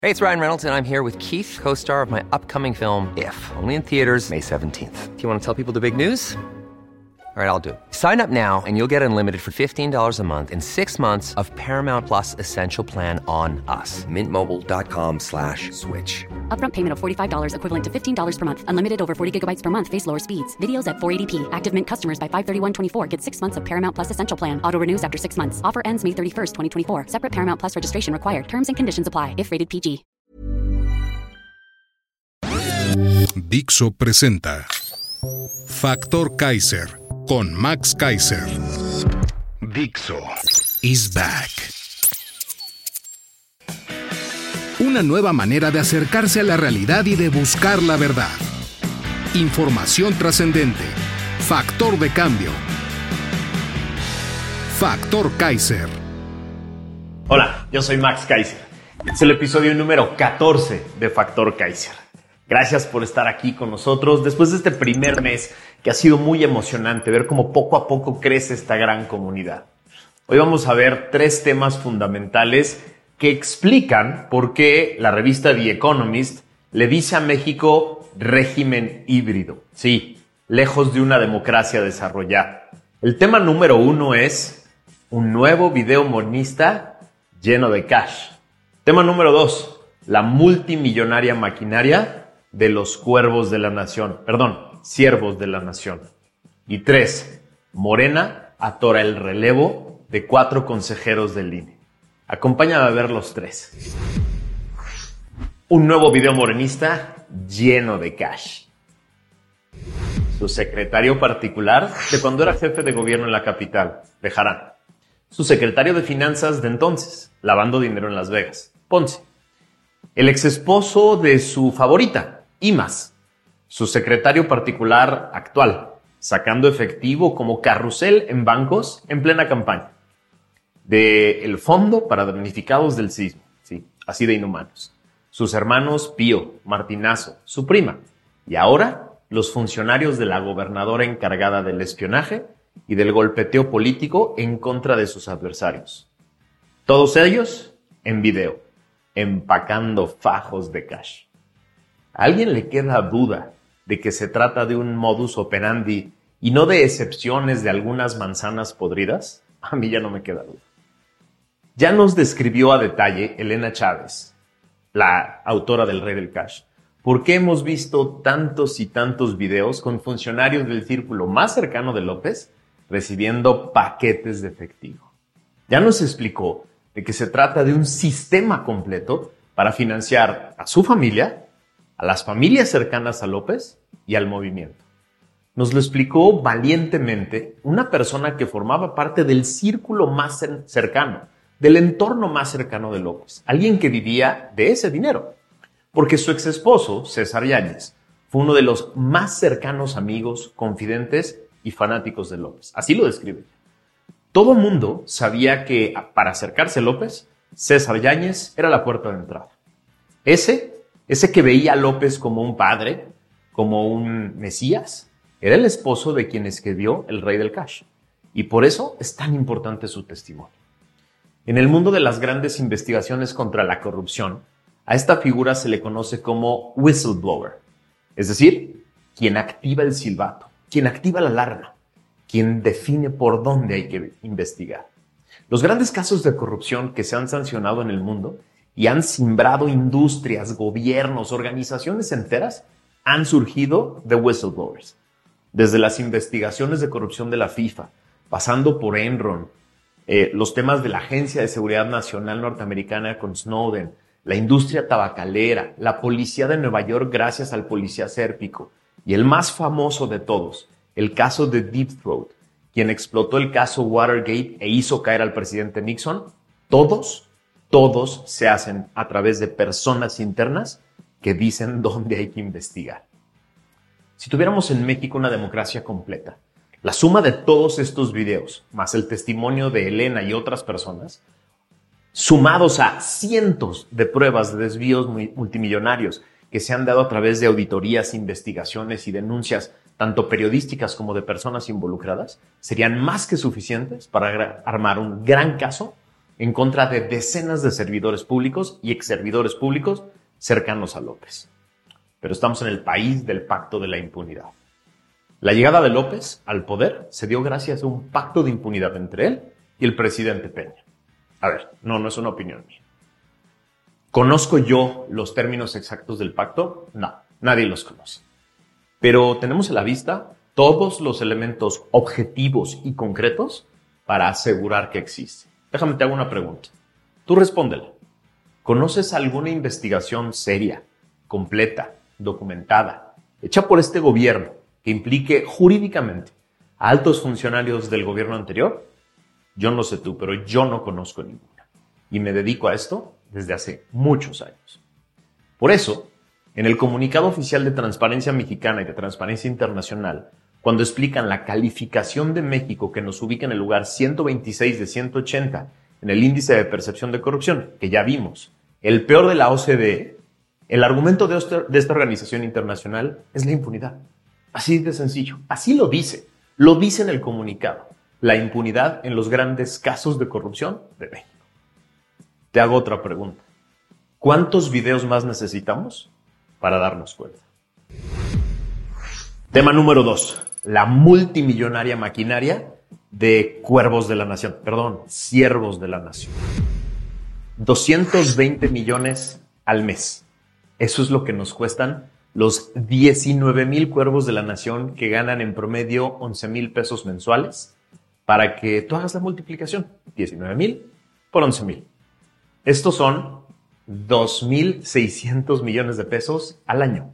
Hey, it's Ryan Reynolds, and I'm here with Keith, co-star of my upcoming film, If, only in theaters May 17th. Do you want to tell people the big news? All right, I'll do it. Sign up now and you'll get unlimited for $15 a month and 6 months of Paramount Plus Essential Plan on us. MintMobile.com/switch. Upfront payment of $45 equivalent to $15 per month. Unlimited over 40 gigabytes per month. Face lower speeds. Videos at 480p. Active Mint customers by 531.24 get 6 months of Paramount Plus Essential Plan. Auto renews after 6 months. Offer ends May 31st, 2024. Separate Paramount Plus registration required. Terms and conditions apply if rated PG. Dixo presenta Factor Kaiser con Max Kaiser. Dixo is back. Una nueva manera de acercarse a la realidad y de buscar la verdad. Información trascendente. Factor de cambio. Factor Kaiser. Hola, yo soy Max Kaiser. Es el episodio número 14 de Factor Kaiser. Gracias por estar aquí con nosotros después de este primer mes que ha sido muy emocionante ver cómo poco a poco crece esta gran comunidad. Hoy vamos a ver 3 temas fundamentales que explican por qué la revista The Economist le dice a México régimen híbrido. Sí, lejos de una democracia desarrollada. El tema número 1 es un nuevo video monista lleno de cash. Tema número 2, la multimillonaria maquinaria de los siervos de la nación. Y 3, Morena atora el relevo de 4 consejeros del INE. Acompáñame a ver los 3. Un nuevo video morenista lleno de cash. Su secretario particular de cuando era jefe de gobierno en la capital, Bejarán. Su secretario de finanzas de entonces, lavando dinero en Las Vegas, Ponce. El exesposo de su favorita, Imas, su secretario particular actual, sacando efectivo como carrusel en bancos en plena campaña. Del Fondo para Damnificados del Sismo, sí, así de inhumanos. Sus hermanos Pío, Martinazo, su prima. Y ahora, los funcionarios de la gobernadora encargada del espionaje y del golpeteo político en contra de sus adversarios. Todos ellos en video, empacando fajos de cash. ¿A alguien le queda duda de que se trata de un modus operandi y no de excepciones de algunas manzanas podridas? A mí ya no me queda duda. Ya nos describió a detalle Elena Chávez, la autora del Rey del Cash, por qué hemos visto tantos y tantos videos con funcionarios del círculo más cercano de López recibiendo paquetes de efectivo. Ya nos explicó de que se trata de un sistema completo para financiar a su familia, a las familias cercanas a López y al movimiento. Nos lo explicó valientemente una persona que formaba parte del círculo más cercano, del entorno más cercano de López, alguien que vivía de ese dinero, porque su exesposo, César Yáñez, fue uno de los más cercanos amigos, confidentes y fanáticos de López. Así lo describe. Todo el mundo sabía que para acercarse a López, César Yáñez era la puerta de entrada. Ese que veía a López como un padre, como un mesías, era el esposo de quien escribió El Rey del Cash. Y por eso es tan importante su testimonio. En el mundo de las grandes investigaciones contra la corrupción, a esta figura se le conoce como whistleblower, es decir, quien activa el silbato, quien activa la alarma, quien define por dónde hay que investigar. Los grandes casos de corrupción que se han sancionado en el mundo y han simbrado industrias, gobiernos, organizaciones enteras, han surgido de whistleblowers. Desde las investigaciones de corrupción de la FIFA, pasando por Enron, los temas de la Agencia de Seguridad Nacional norteamericana con Snowden, la industria tabacalera, la policía de Nueva York gracias al policía Sérpico y el más famoso de todos, el caso de Deep Throat, quien explotó el caso Watergate e hizo caer al presidente Nixon, todos se hacen a través de personas internas que dicen dónde hay que investigar. Si tuviéramos en México una democracia completa, la suma de todos estos videos, más el testimonio de Elena y otras personas, sumados a cientos de pruebas de desvíos multimillonarios que se han dado a través de auditorías, investigaciones y denuncias, tanto periodísticas como de personas involucradas, serían más que suficientes para armar un gran caso en contra de decenas de servidores públicos y exservidores públicos cercanos a López. Pero estamos en el país del pacto de la impunidad. La llegada de López al poder se dio gracias a un pacto de impunidad entre él y el presidente Peña. A ver, no es una opinión mía. ¿Conozco yo los términos exactos del pacto? No, nadie los conoce. Pero tenemos a la vista todos los elementos objetivos y concretos para asegurar que existe. Déjame te hago una pregunta. Tú respóndela. ¿Conoces alguna investigación seria, completa, documentada, hecha por este gobierno que implique jurídicamente a altos funcionarios del gobierno anterior? Yo no sé tú, pero yo no conozco ninguna. Y me dedico a esto desde hace muchos años. Por eso, en el comunicado oficial de Transparencia Mexicana y de Transparencia Internacional, cuando explican la calificación de México que nos ubica en el lugar 126 de 180 en el índice de percepción de corrupción, que ya vimos, el peor de la OCDE, el argumento de esta organización internacional es la impunidad. Así de sencillo. Así lo dice en el comunicado. La impunidad en los grandes casos de corrupción de México. Te hago otra pregunta. ¿Cuántos videos más necesitamos para darnos cuenta? Tema número 2. La multimillonaria maquinaria de cuervos de la nación. Perdón, siervos de la nación. 220 millones al mes. Eso es lo que nos cuestan los 19,000 cuervos de la nación que ganan en promedio 11,000 pesos mensuales para que tú hagas la multiplicación. 19,000 por 11,000. Estos son 2,600 millones de pesos al año.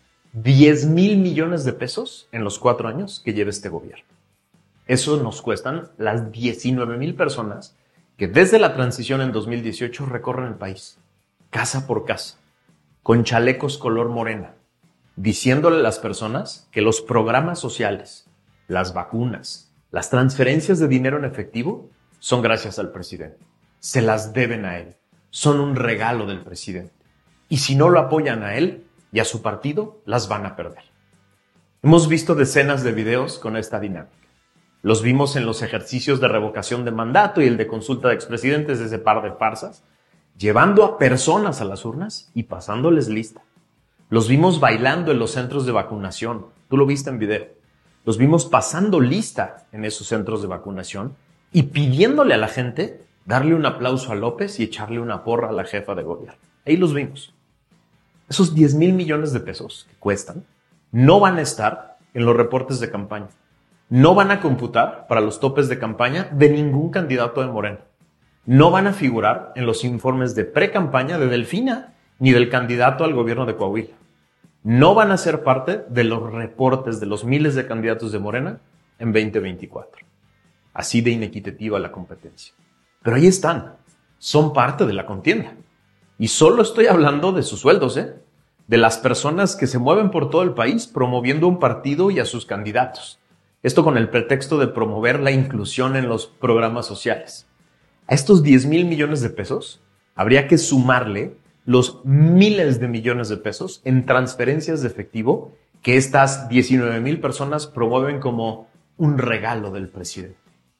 10,000 millones de pesos en los 4 años que lleva este gobierno. Eso nos cuestan las 19,000 personas que desde la transición en 2018 recorren el país, casa por casa, con chalecos color morena, diciéndole a las personas que los programas sociales, las vacunas, las transferencias de dinero en efectivo son gracias al presidente. Se las deben a él. Son un regalo del presidente. Y si no lo apoyan a él y a su partido, las van a perder. Hemos visto decenas de videos con esta dinámica. Los vimos en los ejercicios de revocación de mandato y el de consulta de expresidentes de ese par de farsas, llevando a personas a las urnas y pasándoles lista. Los vimos bailando en los centros de vacunación. Tú lo viste en video. Los vimos pasando lista en esos centros de vacunación y pidiéndole a la gente darle un aplauso a López y echarle una porra a la jefa de gobierno. Ahí los vimos. Esos 10,000 millones de pesos que cuestan no van a estar en los reportes de campaña. No van a computar para los topes de campaña de ningún candidato de Morena. No van a figurar en los informes de pre-campaña de Delfina ni del candidato al gobierno de Coahuila. No van a ser parte de los reportes de los miles de candidatos de Morena en 2024. Así de inequitativa la competencia. Pero ahí están. Son parte de la contienda. Y solo estoy hablando de sus sueldos, de las personas que se mueven por todo el país promoviendo un partido y a sus candidatos. Esto con el pretexto de promover la inclusión en los programas sociales. A estos 10,000 millones de pesos habría que sumarle los miles de millones de pesos en transferencias de efectivo que estas 19,000 personas promueven como un regalo del presidente.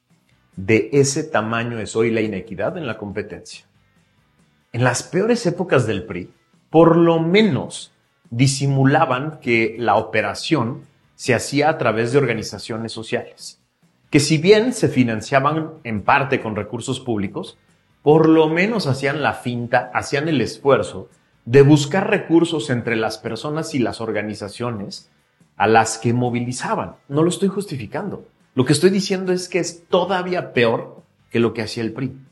De ese tamaño es hoy la inequidad en la competencia. En las peores épocas del PRI, por lo menos disimulaban que la operación se hacía a través de organizaciones sociales, que si bien se financiaban en parte con recursos públicos, por lo menos hacían la finta, hacían el esfuerzo de buscar recursos entre las personas y las organizaciones a las que movilizaban. No lo estoy justificando. Lo que estoy diciendo es que es todavía peor que lo que hacía el PRI.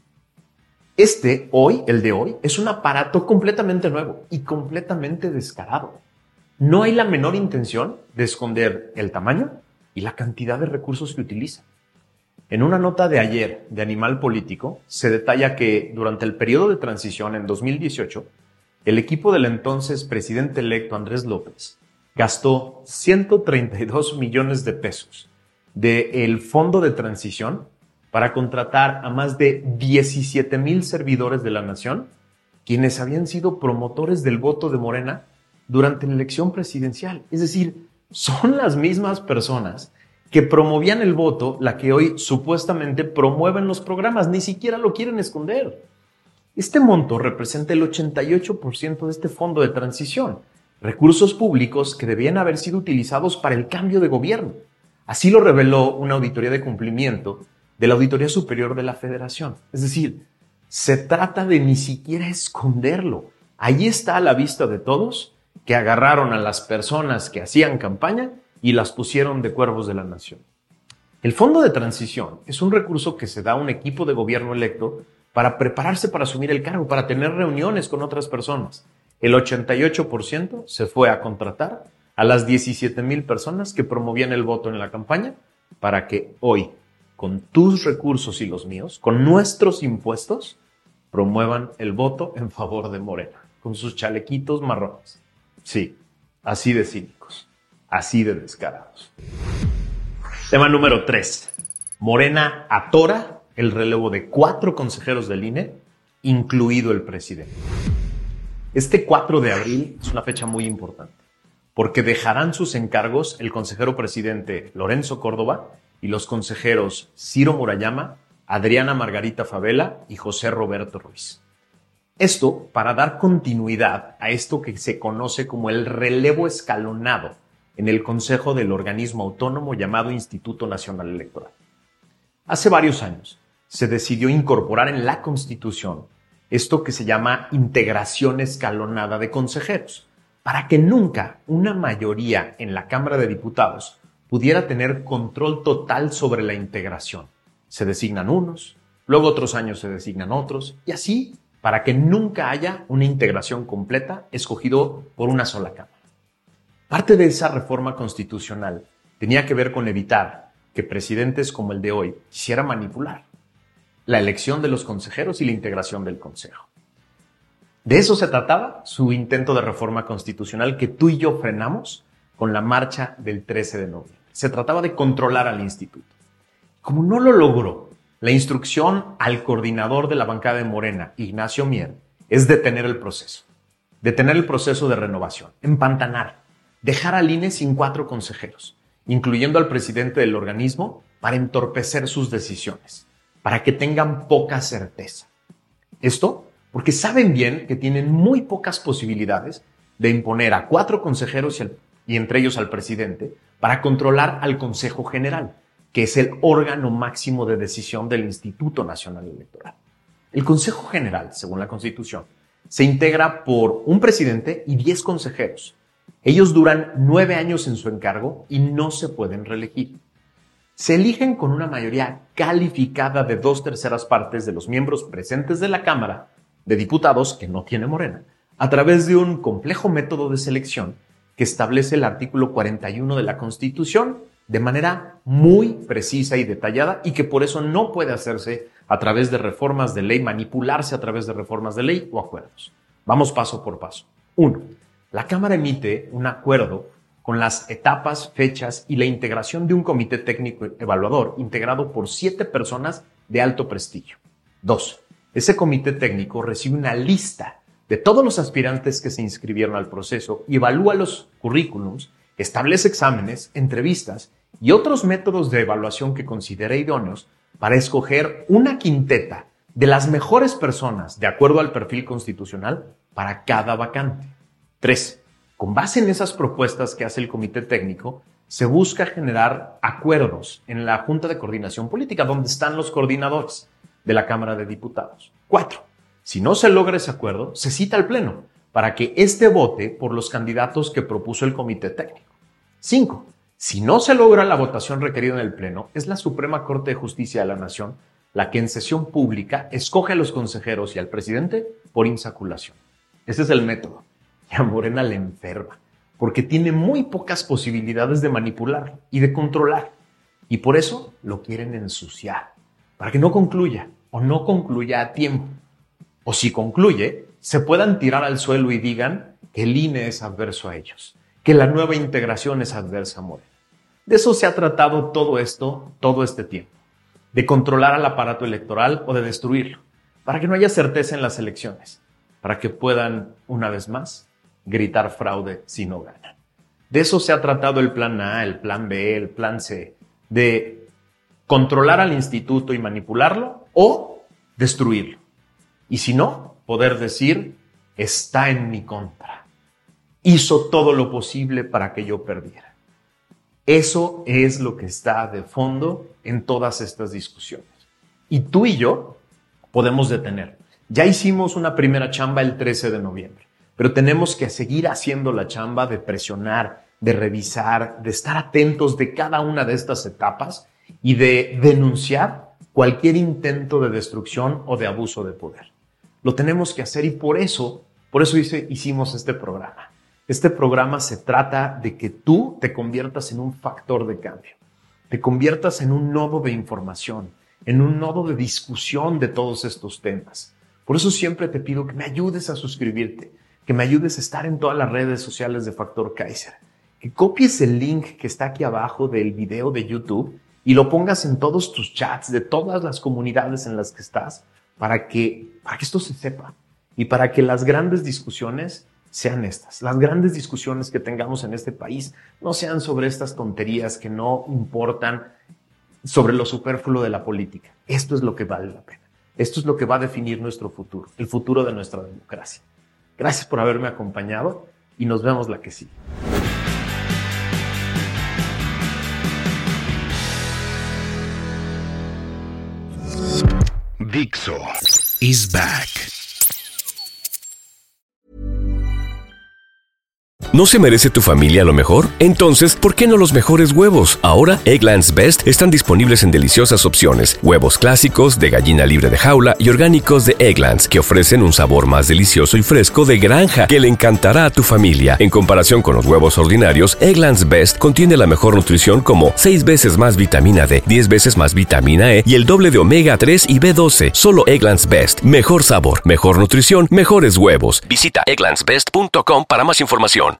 El de hoy, es un aparato completamente nuevo y completamente descarado. No hay la menor intención de esconder el tamaño y la cantidad de recursos que utiliza. En una nota de ayer de Animal Político se detalla que durante el periodo de transición en 2018, el equipo del entonces presidente electo Andrés López gastó 132 millones de pesos del fondo de transición para contratar a más de 17,000 servidores de la nación, quienes habían sido promotores del voto de Morena durante la elección presidencial. Es decir, son las mismas personas que promovían el voto, la que hoy supuestamente promueven los programas, ni siquiera lo quieren esconder. Este monto representa el 88% de este fondo de transición, recursos públicos que debían haber sido utilizados para el cambio de gobierno. Así lo reveló una auditoría de cumplimiento de la Auditoría Superior de la Federación. Es decir, se trata de ni siquiera esconderlo. Allí está a la vista de todos que agarraron a las personas que hacían campaña y las pusieron de cuervos de la nación. El fondo de transición es un recurso que se da a un equipo de gobierno electo para prepararse para asumir el cargo, para tener reuniones con otras personas. El 88% se fue a contratar a las 17,000 personas que promovían el voto en la campaña para que hoy, con tus recursos y los míos, con nuestros impuestos, promuevan el voto en favor de Morena, con sus chalequitos marrones. Sí, así de cínicos, así de descarados. Tema número 3. Morena atora el relevo de 4 consejeros del INE, incluido el presidente. Este 4 de abril es una fecha muy importante, porque dejarán sus encargos el consejero presidente Lorenzo Córdoba y los consejeros Ciro Murayama, Adriana Margarita Favela y José Roberto Ruiz. Esto para dar continuidad a esto que se conoce como el relevo escalonado en el Consejo del organismo autónomo llamado Instituto Nacional Electoral. Hace varios años se decidió incorporar en la Constitución esto que se llama integración escalonada de consejeros, para que nunca una mayoría en la Cámara de Diputados pudiera tener control total sobre la integración. Se designan unos, luego otros años se designan otros, y así para que nunca haya una integración completa escogido por una sola Cámara. Parte de esa reforma constitucional tenía que ver con evitar que presidentes como el de hoy quisieran manipular la elección de los consejeros y la integración del Consejo. De eso se trataba su intento de reforma constitucional que tú y yo frenamos con la marcha del 13 de noviembre. Se trataba de controlar al instituto. Como no lo logró, la instrucción al coordinador de la bancada de Morena, Ignacio Mier, es detener el proceso de renovación, empantanar, dejar al INE sin 4 consejeros, incluyendo al presidente del organismo, para entorpecer sus decisiones, para que tengan poca certeza. Esto porque saben bien que tienen muy pocas posibilidades de imponer a 4 consejeros y entre ellos al presidente para controlar al Consejo General, que es el órgano máximo de decisión del Instituto Nacional Electoral. El Consejo General, según la Constitución, se integra por un presidente y 10 consejeros. Ellos duran 9 años en su encargo y no se pueden reelegir. Se eligen con una mayoría calificada de 2/3 partes de los miembros presentes de la Cámara de Diputados, que no tiene Morena, a través de un complejo método de selección que establece el artículo 41 de la Constitución de manera muy precisa y detallada, y que por eso no puede hacerse a través de reformas de ley, manipularse a través de reformas de ley o acuerdos. Vamos paso por paso. 1. La Cámara emite un acuerdo con las etapas, fechas y la integración de un comité técnico evaluador integrado por 7 personas de alto prestigio. 2. Ese comité técnico recibe una lista de todos los aspirantes que se inscribieron al proceso y evalúa los currículums, establece exámenes, entrevistas y otros métodos de evaluación que considere idóneos para escoger una quinteta de las mejores personas de acuerdo al perfil constitucional para cada vacante. 3. Con base en esas propuestas que hace el comité técnico, se busca generar acuerdos en la Junta de Coordinación Política, donde están los coordinadores de la Cámara de Diputados. 4. Si no se logra ese acuerdo, se cita al Pleno para que éste vote por los candidatos que propuso el comité técnico. 5. Si no se logra la votación requerida en el Pleno, es la Suprema Corte de Justicia de la Nación la que en sesión pública escoge a los consejeros y al presidente por insaculación. Ese es el método. Y a Morena le enferma, porque tiene muy pocas posibilidades de manipular y de controlar. Y por eso lo quieren ensuciar, para que no concluya o no concluya a tiempo. O si concluye, se puedan tirar al suelo y digan que el INE es adverso a ellos, que la nueva integración es adversa a Morena. De eso se ha tratado todo este tiempo, de controlar al aparato electoral o de destruirlo, para que no haya certeza en las elecciones, para que puedan, una vez más, gritar fraude si no ganan. De eso se ha tratado el plan A, el plan B, el plan C, de controlar al instituto y manipularlo o destruirlo. Y si no, poder decir, está en mi contra. Hizo todo lo posible para que yo perdiera. Eso es lo que está de fondo en todas estas discusiones. Y tú y yo podemos detener. Ya hicimos una primera chamba el 13 de noviembre, pero tenemos que seguir haciendo la chamba de presionar, de revisar, de estar atentos de cada una de estas etapas y de denunciar cualquier intento de destrucción o de abuso de poder. Lo tenemos que hacer y por eso hicimos este programa. Este programa se trata de que tú te conviertas en un factor de cambio, te conviertas en un nodo de información, en un nodo de discusión de todos estos temas. Por eso siempre te pido que me ayudes a suscribirte, que me ayudes a estar en todas las redes sociales de Factor Kaiser, que copies el link que está aquí abajo del video de YouTube y lo pongas en todos tus chats de todas las comunidades en las que estás para que esto se sepa y para que las grandes discusiones sean estas. Las grandes discusiones que tengamos en este país no sean sobre estas tonterías que no importan, sobre lo superfluo de la política. Esto es lo que vale la pena. Esto es lo que va a definir nuestro futuro, el futuro de nuestra democracia. Gracias por haberme acompañado y nos vemos la que sigue. Dixo is back. ¿No se merece tu familia lo mejor? Entonces, ¿por qué no los mejores huevos? Ahora, Eggland's Best están disponibles en deliciosas opciones. Huevos clásicos, de gallina libre de jaula y orgánicos de Eggland's, que ofrecen un sabor más delicioso y fresco de granja que le encantará a tu familia. En comparación con los huevos ordinarios, Eggland's Best contiene la mejor nutrición como 6 veces más vitamina D, 10 veces más vitamina E y el doble de omega 3 y B12. Solo Eggland's Best. Mejor sabor, mejor nutrición, mejores huevos. Visita egglandsbest.com para más información.